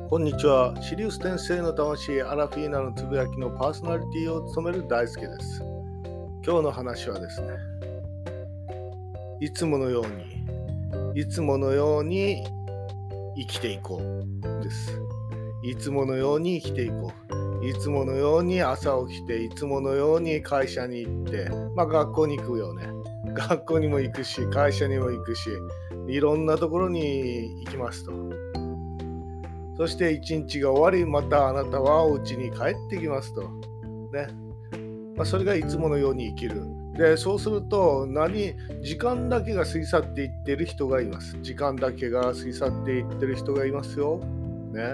こんにちは。シリウス転生の魂アラフィーナのつぶやきのパーソナリティを務める大輔です。今日の話はですね、いつものように生きていこうです。いつものように生きていこう。いつものように朝起きて、いつものように会社に行って、学校に行くよね。学校にも行くし、会社にも行くし、いろんなところに行きますと。そして一日が終わり、またあなたはお家に帰ってきますと。ね。それがいつものように生きる。で、そうすると時間だけが過ぎ去っていっている人がいます。時間だけが過ぎ去っていっている人がいますよ。ね。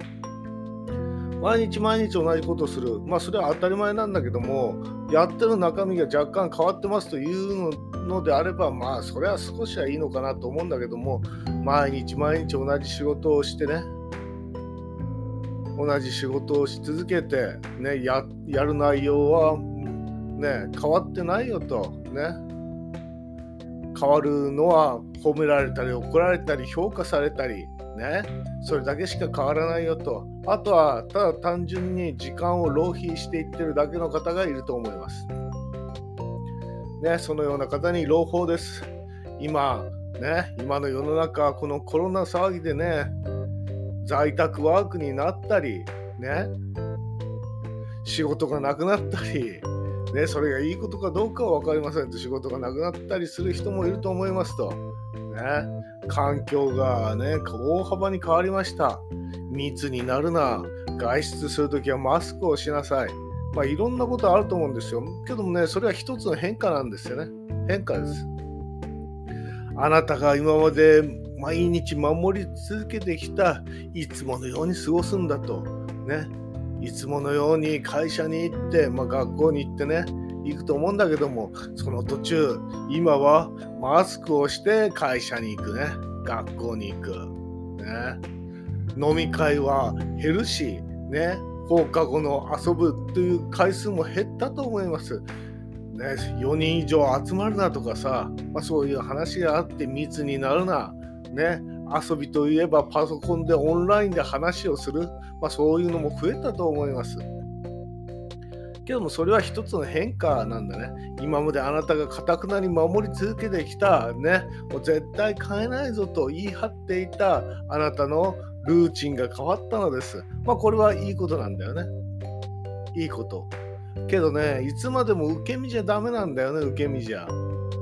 毎日同じことをする。それは当たり前なんだけども、やってる中身が若干変わってますというのであれば、それは少しはいいのかなと思うんだけども、毎日同じ仕事をしてね、同じ仕事をし続けて、ね、やる内容は、ね、変わってないよと、ね、変わるのは褒められたり怒られたり評価されたり、ね、それだけしか変わらないよと。あとはただ単純に時間を浪費していってるだけの方がいると思います。ね、そのような方に朗報です。今の世の中、このコロナ騒ぎでね、在宅ワークになったり、ね、仕事がなくなったり、ね、それがいいことかどうかは分かりませんと、仕事がなくなったりする人もいると思いますと。ね、環境がね、大幅に変わりました。密になるな、外出するときはマスクをしなさい。いろんなことあると思うんですよ。けどもね、それは一つの変化なんですよね。変化です。あなたが今まで毎日守り続けてきたいつものように過ごすんだと。ね。いつものように会社に行って、学校に行ってね、行くと思うんだけども、その途中、今はマスクをして会社に行くね。学校に行く。ね。飲み会は減るし、ね。放課後の遊ぶという回数も減ったと思います。ね、4人以上集まるなとかさ、そういう話があって密になるな、ね、遊びといえばパソコンでオンラインで話をする、そういうのも増えたと思います。けどもそれは一つの変化なんだね。今まであなたが堅くなに守り続けてきたね、もう絶対変えないぞと言い張っていたあなたのルーチンが変わったのです。これはいいことなんだよね。いいこと。けどね、いつまでも受け身じゃダメなんだよね。受け身じゃ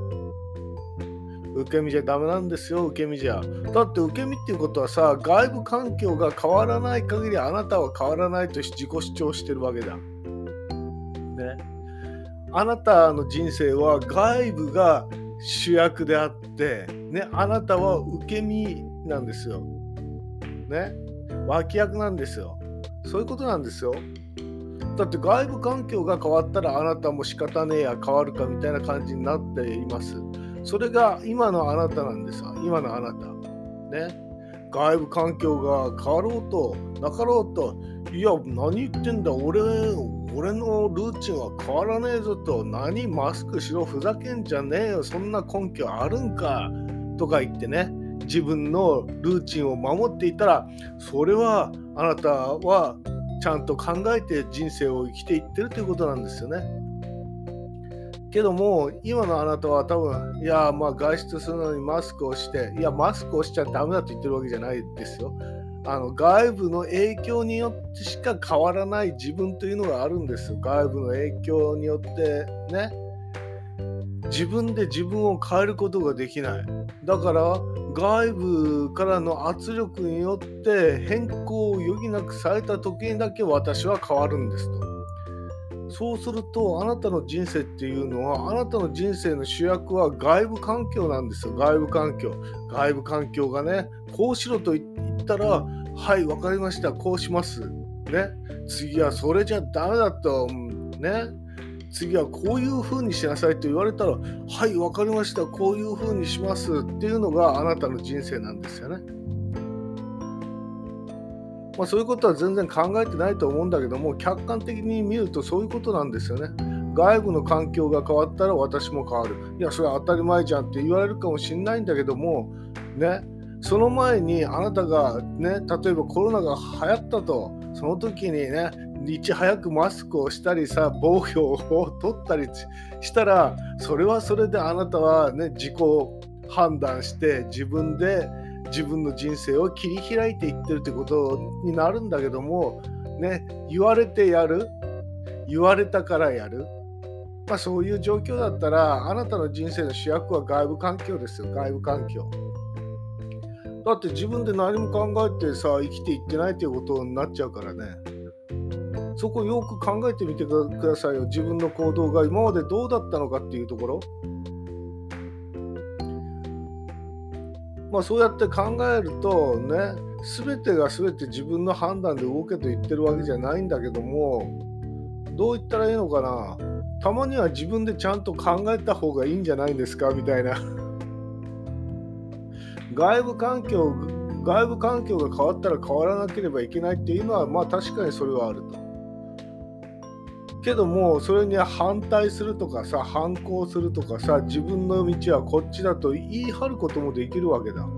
ダメなんですよ。受け身じゃ。だって受け身っていうことはさ、外部環境が変わらない限りあなたは変わらないと自己主張してるわけだ。ね。あなたの人生は外部が主役であって、ね、あなたは受け身なんですよ。ね。脇役なんですよ。そういうことなんですよ。だって外部環境が変わったらあなたも仕方ねえや変わるかみたいな感じになっています。それが今のあなたなんですよ。今のあなた。ね。外部環境が変わろうとなかろうと、いや何言ってんだ、俺のルーチンは変わらねえぞと、何マスクしろふざけんじゃねえよ、そんな根拠あるんかとか言ってね、自分のルーチンを守っていたら、それはあなたはちゃんと考えて人生を生きていってるということなんですよね。けども今のあなたは多分、外出するのにマスクをして、マスクをしちゃダメだと言ってるわけじゃないですよ。外部の影響によってしか変わらない自分というのがあるんですよ。外部の影響によってね、自分で自分を変えることができない。だから外部からの圧力によって変更を余儀なくされた時にだけ私は変わるんですと。そうするとあなたの人生っていうのは、あなたの人生の主役は外部環境なんですよ。外部環境がね、こうしろと言ったら、はいわかりました、こうしますね。次はそれじゃダメだとね、次はこういう風にしなさいと言われたら、はいわかりました、こういう風にしますっていうのがあなたの人生なんですよね。そういうことは全然考えてないと思うんだけども、客観的に見るとそういうことなんですよね。外部の環境が変わったら私も変わる。いやそれは当たり前じゃんって言われるかもしれないんだけどもね、 その前にあなたがね、例えばコロナが流行ったと、その時にね、いち早くマスクをしたりさ、防御を取ったりしたら、それはそれであなたはね、自己判断して自分で自分の人生を切り開いていってるってことになるんだけども、ね、言われてやる、言われたからやる、そういう状況だったら、あなたの人生の主役は外部環境ですよ、外部環境。だって自分で何も考えてさ、生きていってないということになっちゃうからね。そこをよく考えてみてくださいよ。自分の行動が今までどうだったのかっていうところ。そうやって考えるとね、全てが全て自分の判断で動けと言ってるわけじゃないんだけども、どう言ったらいいのかな。たまには自分でちゃんと考えた方がいいんじゃないんですかみたいな。外部環境が変わったら変わらなければいけないっていうのは確かにそれはあると。けどもそれに反対するとかさ、反抗するとかさ、自分の道はこっちだと言い張ることもできるわけだ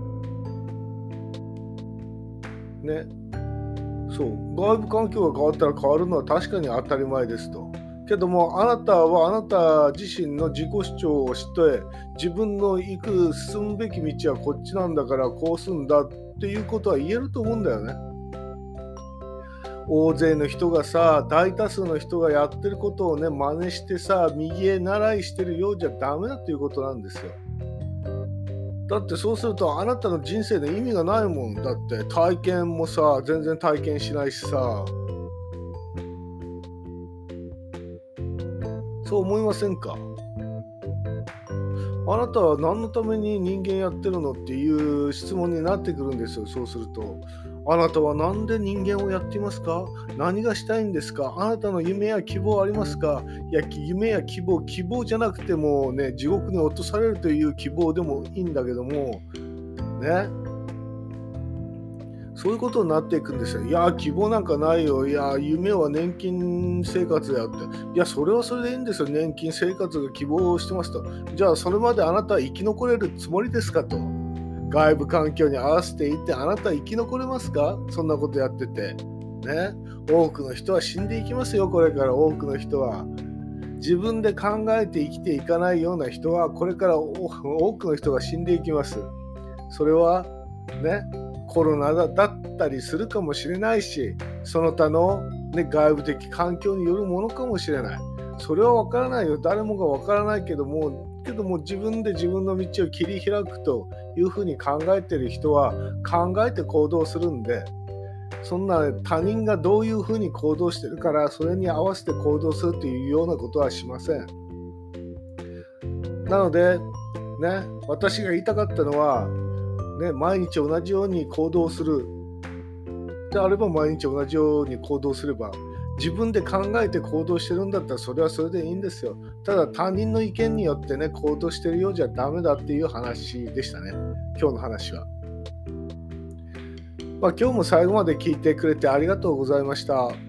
ね。そう、外部環境が変わったら変わるのは確かに当たり前ですと。けどもあなたはあなた自身の自己主張をして、自分の進むべき道はこっちなんだからこうすんだっていうことは言えると思うんだよね。大勢の人がさ、大多数の人がやってることをね、真似してさ、右へ習いしてるようじゃダメだっていうことなんですよ。だってそうするとあなたの人生の意味がないもん。だって体験もさ、全然体験しないしさ。そう思いませんか？あなたは何のために人間やってるのっていう質問になってくるんですよ。そうすると、あなたは何で人間をやっていますか？何がしたいんですか？あなたの夢や希望ありますか？いや、夢や希望じゃなくてもね、地獄に落とされるという希望でもいいんだけどもね、そういうことになっていくんですよ。いや、希望なんかないよ。いや、夢は年金生活だよって。いや、それはそれでいいんですよ。年金生活が希望をしてますと。じゃあ、それまであなたは生き残れるつもりですかと。外部環境に合わせていって、あなたは生き残れますか？そんなことやってて。ね。多くの人は死んでいきますよ、これから多くの人は。自分で考えて生きていかないような人は、これから多くの人が死んでいきます。それはね、コロナだったりするかもしれないし、その他の、外部的環境によるものかもしれない。それは分からないよ。誰もが分からないけども自分で自分の道を切り開くというふうに考えている人は考えて行動するんで、そんな他人がどういうふうに行動してるからそれに合わせて行動するというようなことはしません。なのでね、私が言いたかったのは毎日同じように行動するであれば、毎日同じように行動すれば、自分で考えて行動してるんだったらそれはそれでいいんですよ。ただ他人の意見によってね、行動してるようじゃダメだっていう話でしたね、今日の話は。今日も最後まで聞いてくれてありがとうございました。